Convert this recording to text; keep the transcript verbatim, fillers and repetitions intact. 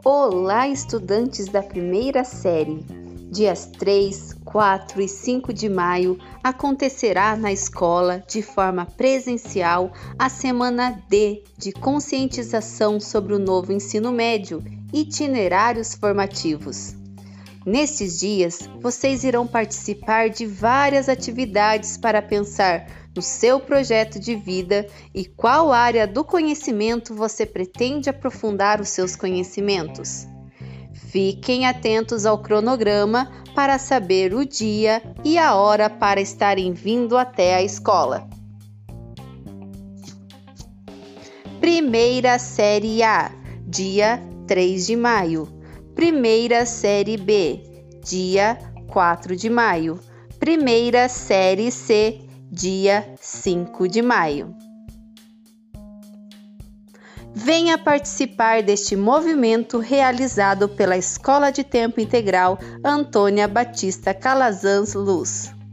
Olá, estudantes da primeira série! Dias três, quatro e cinco de maio acontecerá na escola, de forma presencial, a Semana D de Conscientização sobre o Novo Ensino Médio, Itinerários Formativos. Nestes dias, vocês irão participar de várias atividades para pensar no seu projeto de vida e qual área do conhecimento você pretende aprofundar os seus conhecimentos. Fiquem atentos ao cronograma para saber o dia e a hora para estarem vindo até a escola. Primeira Série A, dia três de maio. Primeira Série B, dia quatro de maio. Primeira Série C, dia cinco de maio. Venha participar deste movimento realizado pela Escola de Tempo Integral Antônia Batista Calazans Luz.